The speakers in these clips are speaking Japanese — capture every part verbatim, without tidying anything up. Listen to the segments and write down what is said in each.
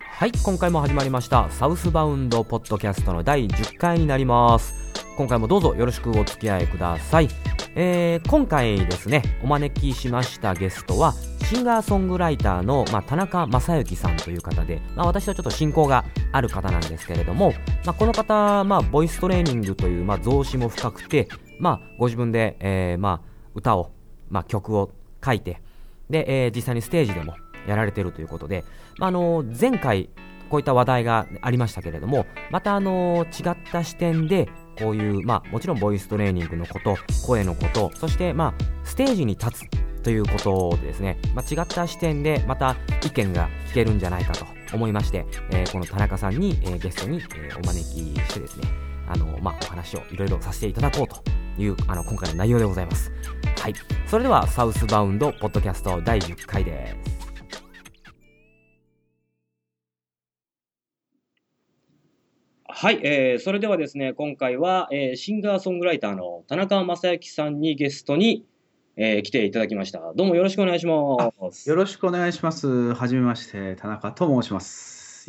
はい、今回も始まりましたサウスバウンドポッドキャストのだいじゅっかいになります。今回もどうぞよろしくお付き合いください。えー、今回ですね、お招きしましたゲストはシンガーソングライターの、まあ、田中正幸さんという方で、まあ、私とちょっと親交がある方なんですけれども、まあ、この方、まあ、ボイストレーニングという、まあ、造詞も深くて、まあ、ご自分で、えーまあ、歌を、まあ、曲を書いて、で、えー、実際にステージでもやられているということで、まあ、あの前回こういった話題がありましたけれども、またあの違った視点でこういう、まあ、もちろんボイストレーニングのこと、声のこと、そして、まあ、ステージに立つということでですね、まあ、違った視点でまた意見が聞けるんじゃないかと思いまして、えー、この田中さんに、えー、ゲストに、えー、お招きしてですね、あの、まあ、お話をいろいろさせていただこうというあの今回の内容でございます。はい、それではサウスバウンドポッドキャストだいじゅっかいです。はい、えー、それではですね、今回は、えー、シンガーソングライターの田中正幸さんにゲストに、えー、来ていただきました。どうもよろしくお願いします。 よろしくお願いします。はじめまして、田中と申します。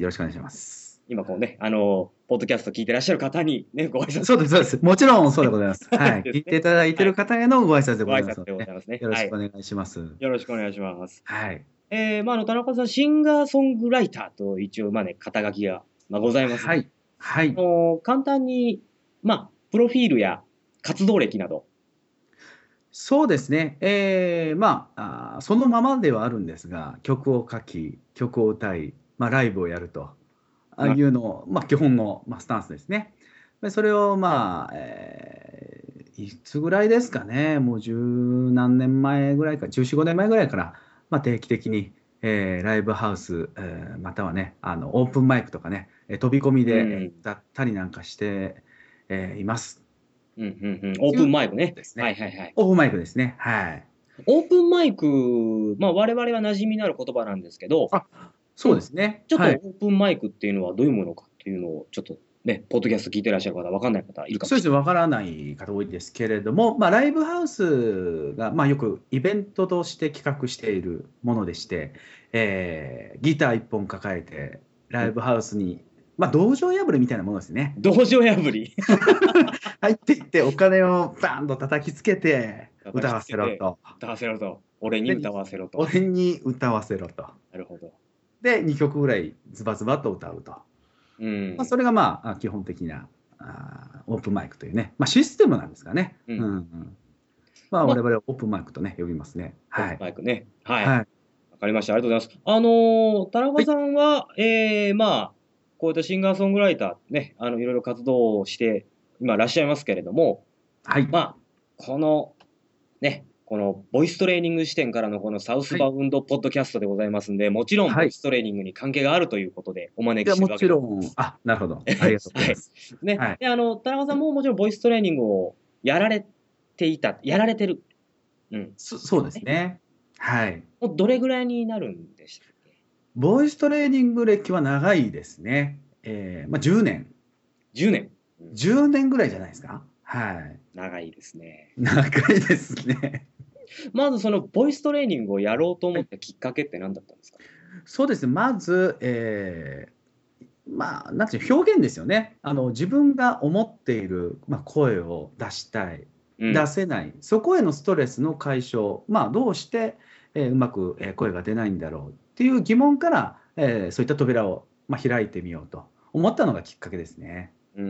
よろしくお願いします。 今こうね、あのポッドキャスト聞いてらっしゃる方にね、ご挨拶。 そうです、そうです。もちろんそうでございます。はい、聞いていただいている方へのご挨拶でございますので、 ご挨拶でございますね。 よろしくお願いします。はい、 よろしくお願いします。 はい。 えー、まああの田中さん、シンガーソングライターと一応まあね、肩書きが、まあ、ございます。 はい。はい。 あの簡単に、まあ、プロフィールや活動歴など。 そうですね。えー、まあ、あそのままではあるんですが、曲を書き、曲を歌い、まあ、ライブをやるというのを、まあ、基本の、まあ、スタンスですね。でそれを、まあ、えー、いつぐらいですかね、もう十何年前ぐらいか、じゅうよん、ごねんまえぐらいから、まあ、定期的に、えー、ライブハウス、えー、またはね、あのオープンマイクとかね、飛び込みで歌ったりなんかして、えー、います。 うんうんうん、オープンマイクね。 ですね。 はいはいはい。 オープンマイクですね。はい。 オープンマイク、まあ我々は馴染みのある言葉なんですけど、 あ、そうですね。 ちょっとオはい。 ープンマイクっていうのはどういうものかっていうのをちょっとね、ポッドキャスト聞いてらっしゃる方、わかんない方いるかもしれない。 そうですね、わからない方多いですけれども、まあ、ライブハウスが、まあ、よくイベントとして企画しているものでして、えーギター一本抱えて、ライブハウスに、まあ、道場破りみたいなものですね。 道場破り入っていって、お金をバーンと叩きつけて、歌わせろと。 歌わせろと。俺に歌わせろと。 俺に歌わせろと。 なるほど。 で、にきょくぐらいズバズバと歌うと。 うんまあ、それがまあ基本的なあオープンマイクというね、まあ、システムなんですかね。うんうんうんまあ、我々はオープンマイクとね、呼びますね。 オーはい。 プンマイクね。はい。 はい。 わかりました。ありがとうございます。あのー田中さんは、えー、まあ、こういったシンガーソングライターね、あの、いろいろ活動をして今いらっしゃいますけれども、 はい。 まあ、この、ね、このボイストレーニング視点からのこのサウスバウンドポッドキャストでございますんで、もちろんボはい。 イストレーニングに関係があるということでお招いや、 きしてるもちろわけでん、あ、なるほど。ありがとうございます。 す。ね。 はい。 で、あの、田中さんももちろんボイストレーニングをやられていた、やられてる。うん。 そそうですね。はい。 もうどれぐらいになるんでしたっけ？ ボイストレーニング歴は長いですね。えー、まあ、じゅうねん。 じゅうねん。うんじゅうねんぐらいじゃないですか。はい。 長いですね。 長いですね。 まずそのボイストレーニングをやろうと思ったきっかけって何だったんですか？ そうですね。まず、えーまあ、なんていう表現ですよね。あの自分が思っている、まあ、声を出したい、 うん。 出せない、そこへのストレスの解消、まあ、どうして、えーうまく、えー声が出ないんだろうっていう疑問から、えーそういった扉を、まあ、開いてみようと思ったのがきっかけですね。 うん。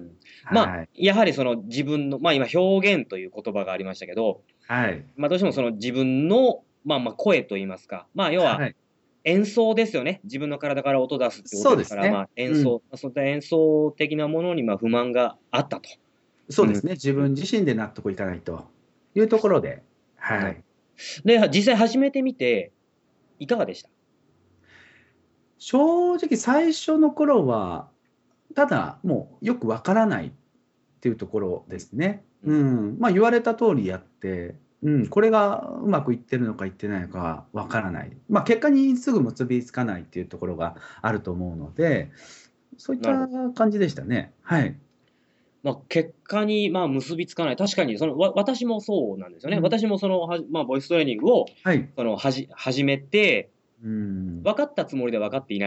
まあ、 はい。 やはりその自分の、まあ今表現という言葉がありましたけど、 はい。 まあどうしてもその自分の、まあまあ声と言いますか、まあ要ははい。 演奏ですよね。自分の体から音出すってことですから、 そうですね。 まあ演うん。 奏、まあそういった演奏的なものにまあ不満があったと。うん。 そうですね。自分自身で納得いかないというところで、はね。 い。 で、実際始めてみて、いかがでした？ 正直最初の頃は、ただもうよくわからないっていうところうん。 ですね。 う。 うんん。まあ言われた通りやって、うん、これがうまくいってるのかいってないのかはわからない。まあ結果にすぐ結びつかないっていうところがあると思うので、そういっなるほど。 た感じでしたね。はい。 まあ結果にまあ結びつかない。確かにそのわ私もそうなんですよね。 うん。 私もそのはまあボイストレーニングをはい。 そのはじ始めて、 うん。 分かったつもりで分かっていなか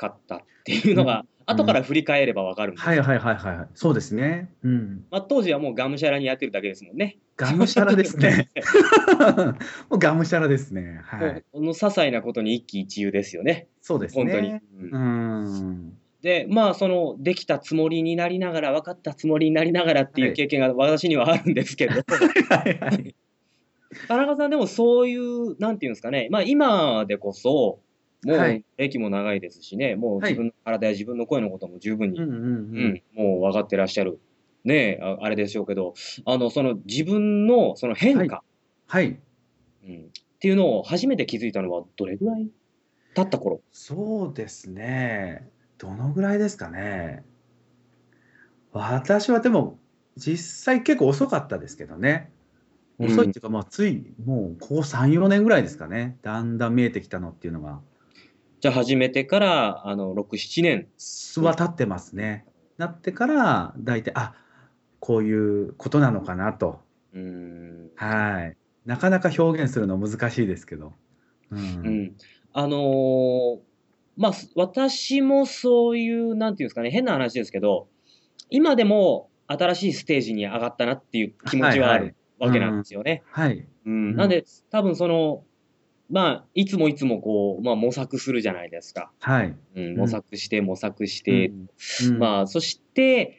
かったっていうのが、 うん後から振り返ればわかるんですよ。 はいはいはいはいはい。そうですね。うん。 まあ、当時はもうがむしゃらにやってるだけですもんね。 がむしゃらですね。もうがむしゃらですね。はもうい。 この些細なことに一喜一憂ですよね。 そうです本当に。 ね。 うんうん。 で、まあ、その、できたつもりになりながら、分かったつもりになりながらっていうはい経験が私にはあるんですけど、 はいはい。 田中さんでもそういう、なんていうんですかね、まあ今でこそ、もうはい。 歴も長いですしね、もうはい。 自分の体や自分の声のことも十分に、 うんうんううんん、もう分かってらっしゃる、ねえ、ああれでしょうけど、あの、その自分のそのはい。 変化、 はい。 うん、っていうのを初めて気づいたのはどれぐらい経った頃？ そうですね。どのぐらいですかね。私はでも、実際結構遅かったですけどね。 うん。 遅いっていうか、まあ、つい、もう、ここさん、よねんぐらいですかね。だんだん見えてきたのっていうのが。 じゃあ始めてから、あの、ろく、ななねんに。 は経ってますね。なってから、大体、あ、こういうことなのかなと。 うーん。 はい。なかなか表現するの難しいですけど。う。 うんん。あのーまあ、す私もそういう、なんていうんですかね、変な話ですけど、今でも新しいステージに上がったなっていう気持ちはあるはいはい。 わけなんでうん。 すよね。 はい。 うん。 うん。 なんで、多分その、まあ、いつもいつもこう、まあ、模索するじゃないですか。 はい。 うん、模うん。 索して模索して、 うん。うん。 まあ、そして、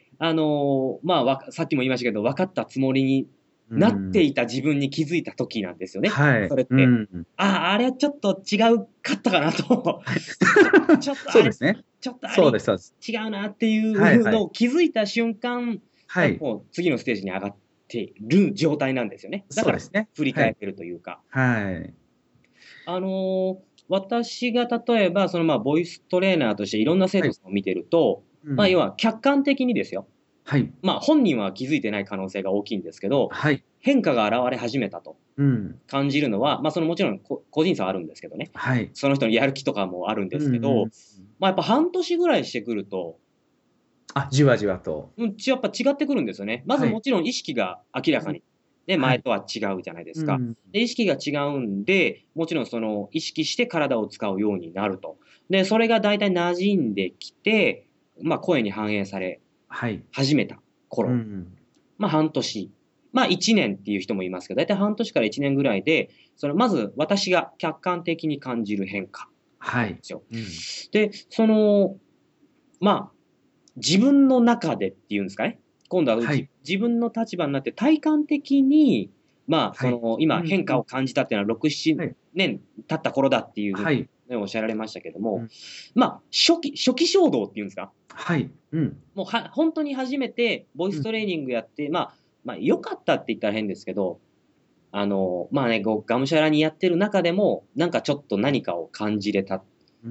あの、まあ、わかさっきも言いましたけど、分かったつもりにうなってん。 いた自分に気づいた時なんですよね、 はい。 それって。 うん。 ああ、あれはちょっと違うかったかなと。 はい。 ちょちょっとあれ、 そうですね。 ちょっとあれ、 そうですそうです。 違うなっていはいはい。 うのを気づいた瞬間、あ、 はい。 もう次のステージに上がってる状態なんですよね。だからそうですね。はい。 振り返ってるというか。 はい。 あの、私が例えば、その、ま、ボイストレーナーとしていろんな生はい。 徒さんを見てると、ま、要うん。 は客観的にですよ、 はい。 ま、本人は気づいてない可能性が大きいんですけど、 はい。 変化が現れ始めたとうん。 感じるのは、ま、そのもちろん、こ個人差はあるんですけどね。 はい。 その人のやる気とかもあるんですけど、 うんうん。 ま、やっぱ半年ぐらいしてくると、 あ、じわじわと。 うん、ちやっぱ違ってくるんですよね。まずはい。 もちろん意識が明らうん。 かに、ね、 はい。 前とは違うじゃないですか。 うん。 で、意識が違うんで、もちろんその意識して体を使うようになると。で、それがだいたい馴染んできて、ま、声に反映されはい。 始めた頃、 うん。 ま、半年、ま、いちねんっていう人もいますけど、だいたい半年からいちねんぐらいで、そのまず私が客観的に感じる変化はい。 なんですよ。 うん。 で、その、まあ、自分の中でっていうんですかね。今度はじはい。 自分の立場になって体感的に、まあ、 はい。 その、 うん、 今変化をうん。 感じたっていうのはろく、7 はい。 年経った頃だっていう風にはい。 ね、おっしゃられましたけども、 うん。 まあ、初期初期衝動っていうんですか、 はい。うん。 もうはほんとに初めてボイうん。 ストレーニングやって、まあ、まあ、良かったって言ったら変ですけど、あの、まあね、こう、がむしゃらにやってる中でも、なんかちょっと何かを感じれたっうん。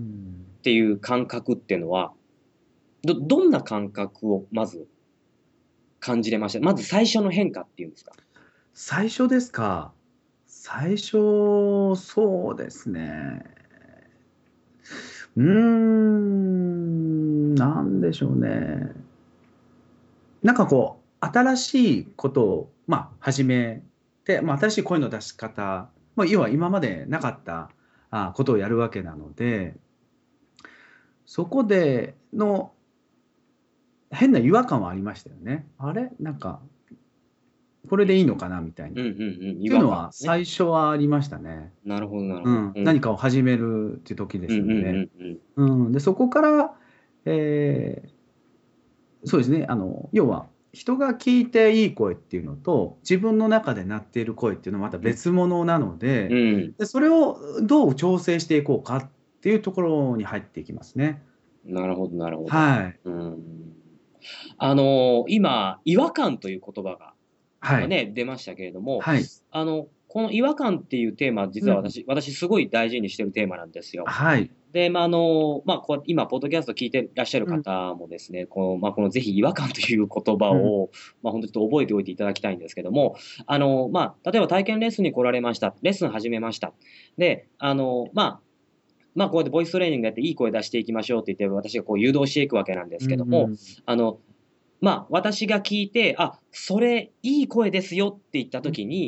ていう感覚ってのは、どどんな感覚をまず感じれました？まず最初の変化っていうんですか？ 最初ですか。最初、そうですね。うーん、なんでしょうね。なんかこう、新しいことを、まあ、始めて、まあ、新しい声の出し方、まあ、要は今までなかった、あ、ことをやるわけなので、そこでの変な違和感はありましたよね。あれ、なんか、これでいいのかなみたいな。っうんうんうん、違ていうのは和感ですね。 最初はありましたね。 なるほどなるほど。 うん、 うん。 何かを始めるっていう時でうんうんすので。 うんうん。 うん、で、そこから、ええ、そうですね、あの、要は、人が聞いていい声っていうのと、自分の中で鳴っている声っていうのはまたうん。 別物なのうで、 ん。 で、それをどう調整していこうかっていうところに入っていきますね。 なるほどなるほど。 はい。 うーん。あの、今、違和感という言葉が、 はい。 まね、出ましたけれども、 はい。 あの、この違和感っていうテーマ、実うん。 は私私すごい大事にしてるテーマなんですよ。 はい。 で、ま、あの、ま、こう今ポッドキャスト聞いてらっしゃるうん。 方もですね、この、ま、このぜひ違和感という言葉うん。 を、ま、ほんとちょっと覚えておいていただきたいんですけども、あの、ま、例えば体験レッスンに来られました。レッスン始めました。で、あの、まま、こうやってボイストレーニングやっていい声出していきましょうって言って、私がこう誘導していくわけなんでうすけども、 ん。 あの、ま、私が聞いて、あ、それいい声ですよって言ったうん。 時に、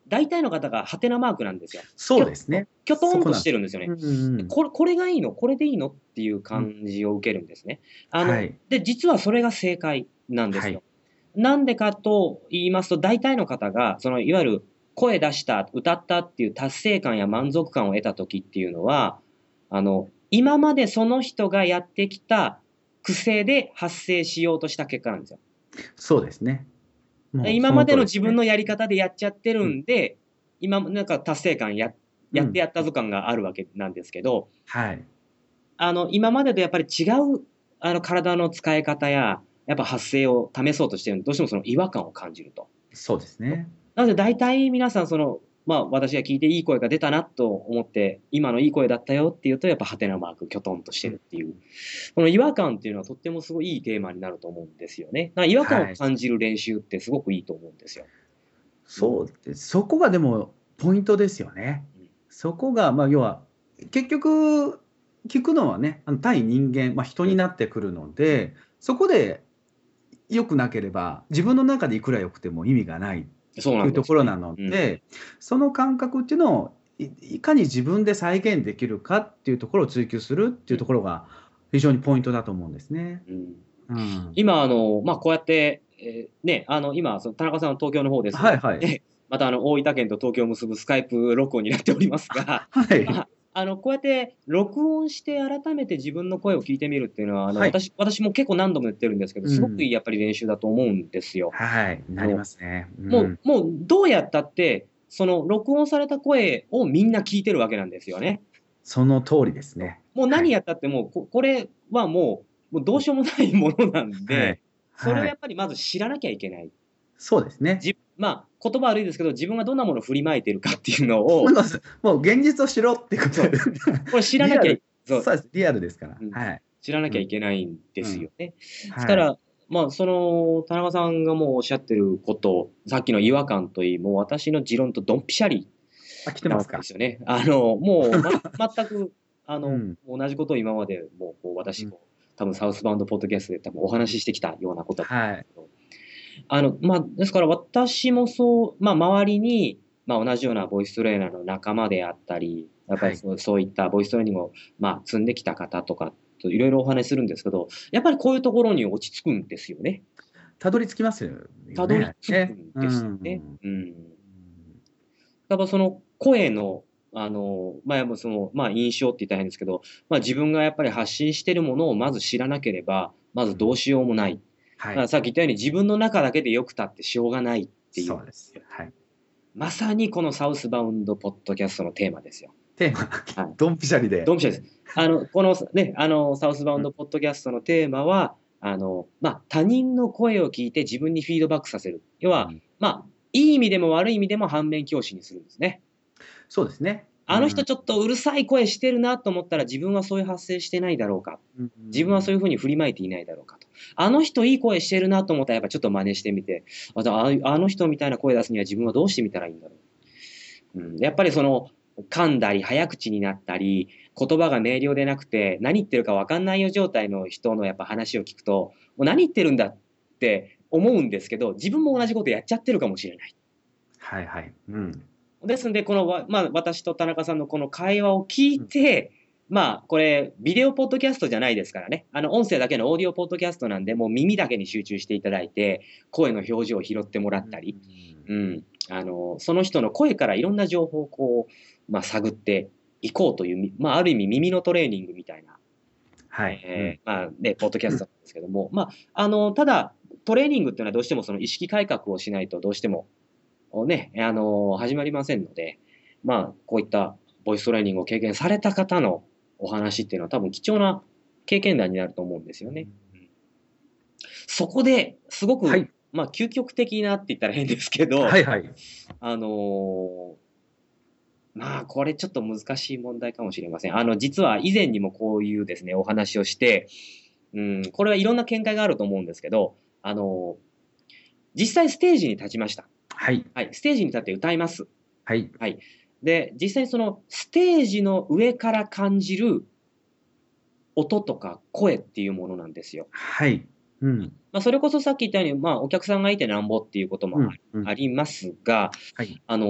大体の方がハテナマークなんですよ。 そうですね。 きょとんとしてるんですよね。 うんうん、 これ、これがいいのこれでいいのっていう感じを受けるんですね。あの、 はい、 で、実はそれが正解なんですよ。 はい、 なんでかと言いますと、大体の方が、そのいわゆる声出した、歌ったっていう達成感や満足感を得た時っていうのは、あの、今までその人がやってきた癖で発生しようとした結果なんですよ。 そうですね。もう今までの自そ通りすね分のやり方でやっちゃってるんで、今、なんか達成感や、やってやったぞ感があるわけなんですけど、 はい。 あの、今までとやっぱり違う、あの、体の使い方や、やっぱ発声を試そうとしてるんで、どうしてもその違和感を感じると。 そうですね。 なので大体皆さんその、まあ私が聞いていい声が出たなと思って、今のいい声だったよっていうと、やっぱハテナマーク、きょとんとしてるっていう。この違和感っていうのはとってもすごいいいテーマになると思うんですよね。だから違和感を感じる練習ってすごくいいと思うんですよ。 そうです。そこがでもポイントですよね。 うんそこが、まあ、要は、結局、聞くのはね、あの対人間、まあ、人になってくるので、そこで良くなければ、自分の中でいくら良くても意味がないそうというとなんですよね。 ころなのうんで、その感覚っていうのをいいかに自分で再現できるかっていうところを追求するっていうところが非常にポイントだと思うんですね。 うんうん、 今、あの、まあ、こうやって、えーね、あの、今、その田中さんは東京の方ですので、 はいはい。 でまた、あの、大分県と東京を結ぶスカイプ録音になっておりますが、 はい。 まあ、あの、こうやって録音して改めて自分の声を聞いてみるっていうのは、あの、 はい。 私、私も結構何度も言ってるんですけど、すごくいいやっぱり練習だと思うんですよ。 はい。なりますね。 もう、 うん。 もう、どうやったって、その録音された声をみんな聞いてるわけなんですよね。 その通りですね。 もうはい。 何やったってもう、ここれはもう、もうどうしようもないものなんはで、 い。 それをはい。 やっぱりまず知らなきゃいけない。 そうですね。 じまあ、言葉悪いですけど、自分がどんなものを振りまいているかっていうのを、 まず、もう現実を知ろっていうことで、 これ知らなきゃいリアル、 そう、 そうです。リアルですから。 うんはい。 知らなきゃうん。 いけないんですよね。ですかはい。 ら、まあ、その、田中さんがもうおっしゃってること、さっきの違和感といい、もう私の持論とドンピシャリあ、来てなわますか。 けですよね。あの、もう、ま、全く、あの、 うん。 同じことを今までもう、こう私、 うん。 こう多分サウスバウンドポッドキャストで多分お話ししてきたようなことだと思うんはい。 ですけど、あの、まあ、ですから私もそう、まあ、周りに、まあ、同じようなボイストレーナーの仲間であったり、やっぱはい。 りそう、そういったボイストレーニングを、まあ、積んできた方とかといろいろお話しするんですけど、やっぱりこういうところに落ち着くんですよね。 たどり着きますよたどりね。 着くね。 んうですよね。 ん。 うん。やっぱその声の、あの、まあ、やっぱその、まあ、印象って言ったら変ですけど、まあ、自分がやっぱり発信してるものをまず知らなければ、まずどうしようもない。だからはい。 さっき言ったように自分の中だけでよくたってしょうがないっていう。 そうです。はい。 まさにこのサウスバウンドポッドキャストのテーマですよ。 テーマ、 はい。 ドンピシャリで。 ドンピシャです。あの、このね、あの、サウスバウンドポッドキャストのテーマは、あの、まあ、他人の声を聞いて自分にフィードバックさせる。要は、 うん。 まあ、いい意味でも悪い意味でも反面教師にするんですね。 そうですね。うあの人ん。 ちょっとうるさい声してるなと思ったら自分はそういう発声してないだろうか。 う自分はそうん。 いうふうに振りまいていないだろうかと。あの人いい声してるなと思ったらやっぱちょっと真似してみて、あ、じゃあ、ああの人みたいな声出すには自分はどうしてみたらいいんだろう。うん、やっぱりその、噛んだり早口になったり、言葉が明瞭でなくて何言ってるか分かんないよ状態の人のやっぱ話を聞くと、もう何言ってるんだって思うんですけど、自分も同じことやっちゃってるかもしれない。 はいはい。うん。 ですので、このわ、まあ、私と田中さんのこの会話を聞いうん。 て、まあ、これ、ビデオポッドキャストじゃないですからね。あの、音声だけのオーディオポッドキャストなんで、もう耳だけに集中していただいて、声の表情を拾ってもらうったり、 ん。 うん、あの、その人の声からいろんな情報をこう、まあ、探っていこうというみ、まあ、ある意味耳のトレーニングみたいな、 はい。うん。 えーまあね、ポッドキャストなんですけども、まあ、あの、ただ、トレーニングっていうのはどうしてもその意識改革をしないとどうしても、ね、あの、始まりませんので、まあ、こういったボイストレーニングを経験された方のお話っていうのは多分貴重な経験談になると思うんですよね。うんそこですごく、 はい。 まあ、究極的なって言ったら変ですけど、 はいはい。 あのーまあ、これちょっと難しい問題かもしれません。あの、実は以前にもこういうですね、お話をして、うん、これはいろんな見解があると思うんですけど、あのー実際ステージに立ちました。 はい。 はい、ステージに立って歌います。 はい。 はい。で、実際にそのステージの上から感じる音とか声っていうものなんですよ。 はい。うん。 まあ、それこそさっき言ったように、まあ、お客さんがいてなんぼっていうこともあうん。うん。 ありますが、 はい。 あの、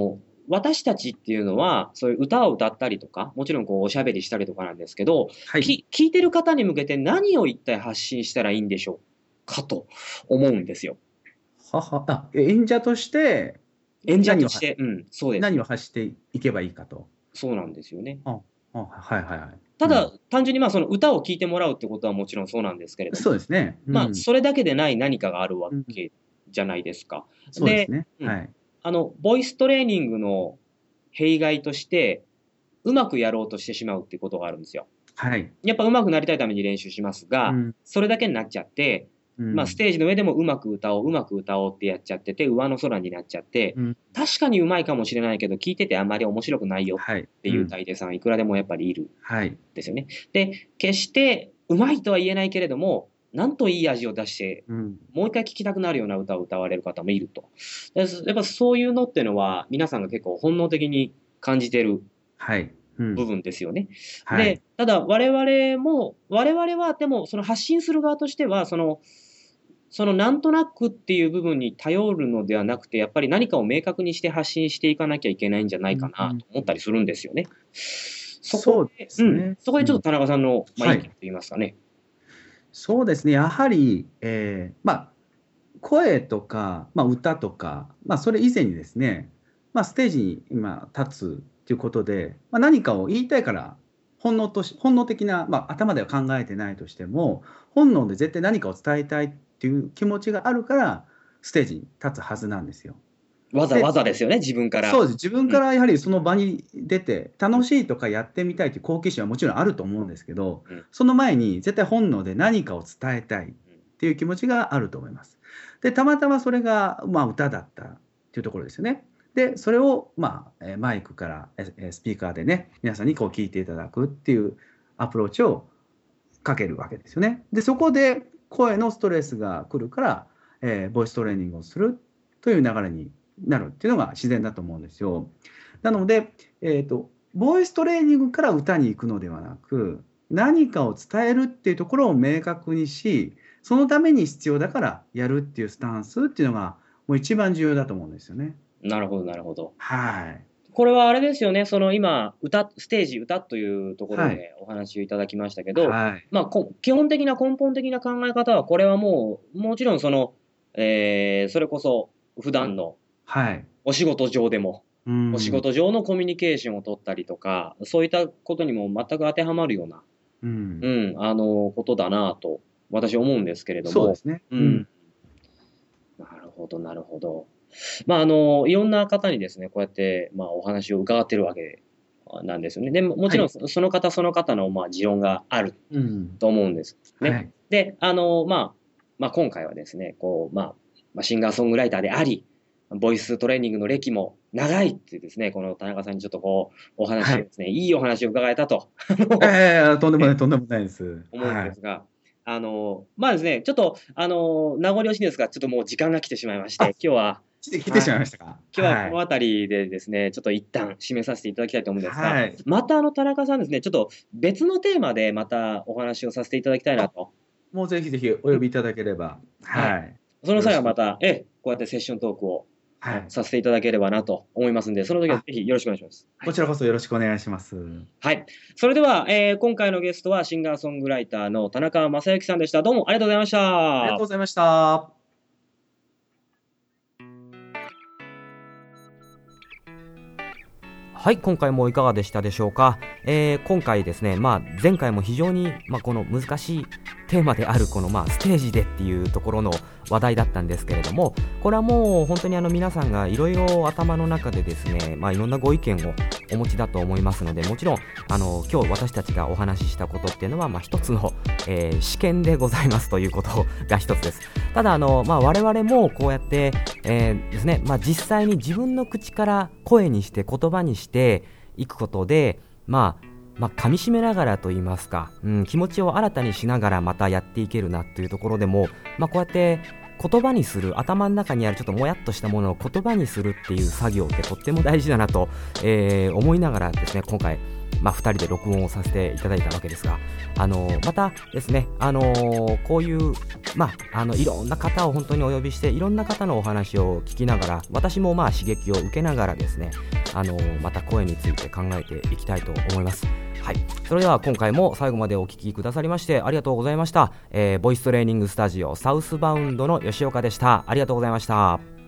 私たちっていうのは、そういう歌を歌ったりとか、もちろんこうおしゃべりしたりとかなんですけど、 はい。 き聞いてる方に向けて何を一体発信したらいいんでしょうかと思うんですよ。 はは、あ、演者として演者何をとして、うん、そうです。 何を発していけばいいかと。 そうなんですよね。 あ、あ、はいはいはい。 ただ、 う単純にまあその歌を聴いてもらうってことはもちろんそうなんですけれん、 ども、 そうですね。 まあうん、 それだけでない何かがあるわけじゃないですか。 そうですね。 うんはい。 あの、ボイストレーニングの弊害として、うまくやろうとしてしまうっていうことがあるんですよ。 はい。 やっぱうまくなりたいために練習しますが、 うん、 それだけになっちゃって、 うん、 まあ、ステージの上でもうまく歌おう、うまく歌おうってやっちゃってて、上の空になっちゃって、 うん、 確かにうまいかもしれないけど、聞いててあんまり面白くないよはい。 っていううん大抵さん、いくらでもやっぱりいるんはい。 ですよね。で、決してうまいとは言えないけれども、なんといい味を出して、 うん、 もう一回聴きたくなるような歌を歌われる方もいると。でやっぱそういうのっていうのは、皆さんが結構本能的に感じてるはい。うん部分ですよね。 はい。 で、ただ我々も、我々はでもその発信する側としては、その、そのなんとなくっていう部分に頼るのではなくて、やっぱり何かを明確にして発信していかなきゃいけないんじゃないかなと思ったりするんですよね。そそうこで、 ですねうん、そこでちょっと田中さんの、まあ、 はい意見と言いますかね。 そうですね。やはり、えーまあ、声とか、まあ、歌とか、まあ、それ以前にですね、まあ、ステージに今立つということで、まあ、何かを言いたいから本能とし本能的な、まあ、頭では考えてないとしても本能で絶対何かを伝えたいっていう気持ちがあるからステージに立つはずなんですよ。 わざわざですよね、自分から。 そうです。自分からやはりその場に出て、楽しいとかやってみたいという好奇心はもちろんあると思うんですけど、 うんその前に絶対本能で何かを伝えたいっていう気持ちがあると思います。で、たまたまそれが、まあ、歌だったっていうところですよね。で、それを、まあ、えーマイクからえースピーカーでね、皆さんにこう聞いていただくっていうアプローチをかけるわけですよね。で、そこで声のストレスが来るから、えーボイストレーニングをするという流れになるっていうのが自然だと思うんですよ。なので、えーと、ボイストレーニングから歌に行くのではなく、何かを伝えるっていうところを明確にし、そのために必要だからやるっていうスタンスっていうのがもう一番重要だと思うんですよね。 なるほど、なるほど。 はい。 これはあれですよね、その今、歌、ステージ、歌というところはでお話をいただきましたけど、 はい。 まあ、こ基本的な根本的な考え方は、これはもう、もちろんその、えーそれこそ普段のはい。 お仕事上でも、 うんお仕事上のコミュニケーションを取ったりとか、そういったことにも全く当てはまるような、 うんう。ん、あの、ことだなと、私思うんですけれども。 そうですね。 うん。なるほど、なるほど。まあ、あの、いろんな方にですね、こうやって、まあ、お話を伺ってるわけなんですよね。でも、もちろん、その方その方の、まあ、持論があるうん。 と思うんですね。 はい。 で、あの、まあ、まあ、今回はですね、こう、まあ、まあ、シンガーソングライターであり、ボイストレーニングの歴も長いっていうですね、この田中さんにちょっとこう、お話をですね、い、いお話を伺えたとええとんでもない、とんでもないです。 思うんはい。 ですが、あの、まあですね、ちょっと、あの、名残惜しいんですが、ちょっともう時間が来てしまいまして、 あ今日は、 来て来てしまいましたか。 今日はこの辺りでですね、ちょっと一旦締めさせていただきたいと思うんですが、 はい。 またあの田中さんですね、ちょっと別のテーマでまたお話をさせていただきたいなと。 もうぜひぜひお呼びいただければ。はい。 その際はまた、ええ、こうやってセッショントークをはい。 させていただければなと思いますんで、その時はぜひよろしくお願いします。 こちらこそよろしくお願いします。 はい。それでは、えー今回のゲストはシンガーソングライターの田中正幸さんでした。どうもありがとうございました。 ありがとうございました。 はい、今回もいかがでしたでしょうか。えー今回ですね、まあ、前回も非常に、まあ、この難しいテーマであるこの、まあ、ステージでっていうところの話題だったんですけれども、これはもう本当にあの皆さんがいろいろ頭の中でですね、まあ、いろんなご意見をお持ちだと思いますので、もちろんあの今日私たちがお話ししたことっていうのは、まあ、一つの、えー試験でございますということが一つです。ただあの、まあ、我々もこうやって、えーですね、まあ、実際に自分の口から声にして言葉にしていくことで、まあまあ、噛み締めながらと言いますか、うん、気持ちを新たにしながらまたやっていけるなというところでも、まあ、こうやって言葉にする、頭の中にあるちょっともやっとしたものを言葉にするっていう作業ってとっても大事だなと、えー、思いながらですね、今回まあ、ふたりで録音をさせていただいたわけですが、あのー、またですね、あのー、こういう、まあ、あのいろんな方を本当にお呼びして、いろんな方のお話を聞きながら、私もまあ刺激を受けながらですね、あのー、また声について考えていきたいと思います。はい、それでは今回も最後までお聞きくださりましてありがとうございました。えー、ボイストレーニングスタジオサウスバウンドの吉岡でした。ありがとうございました。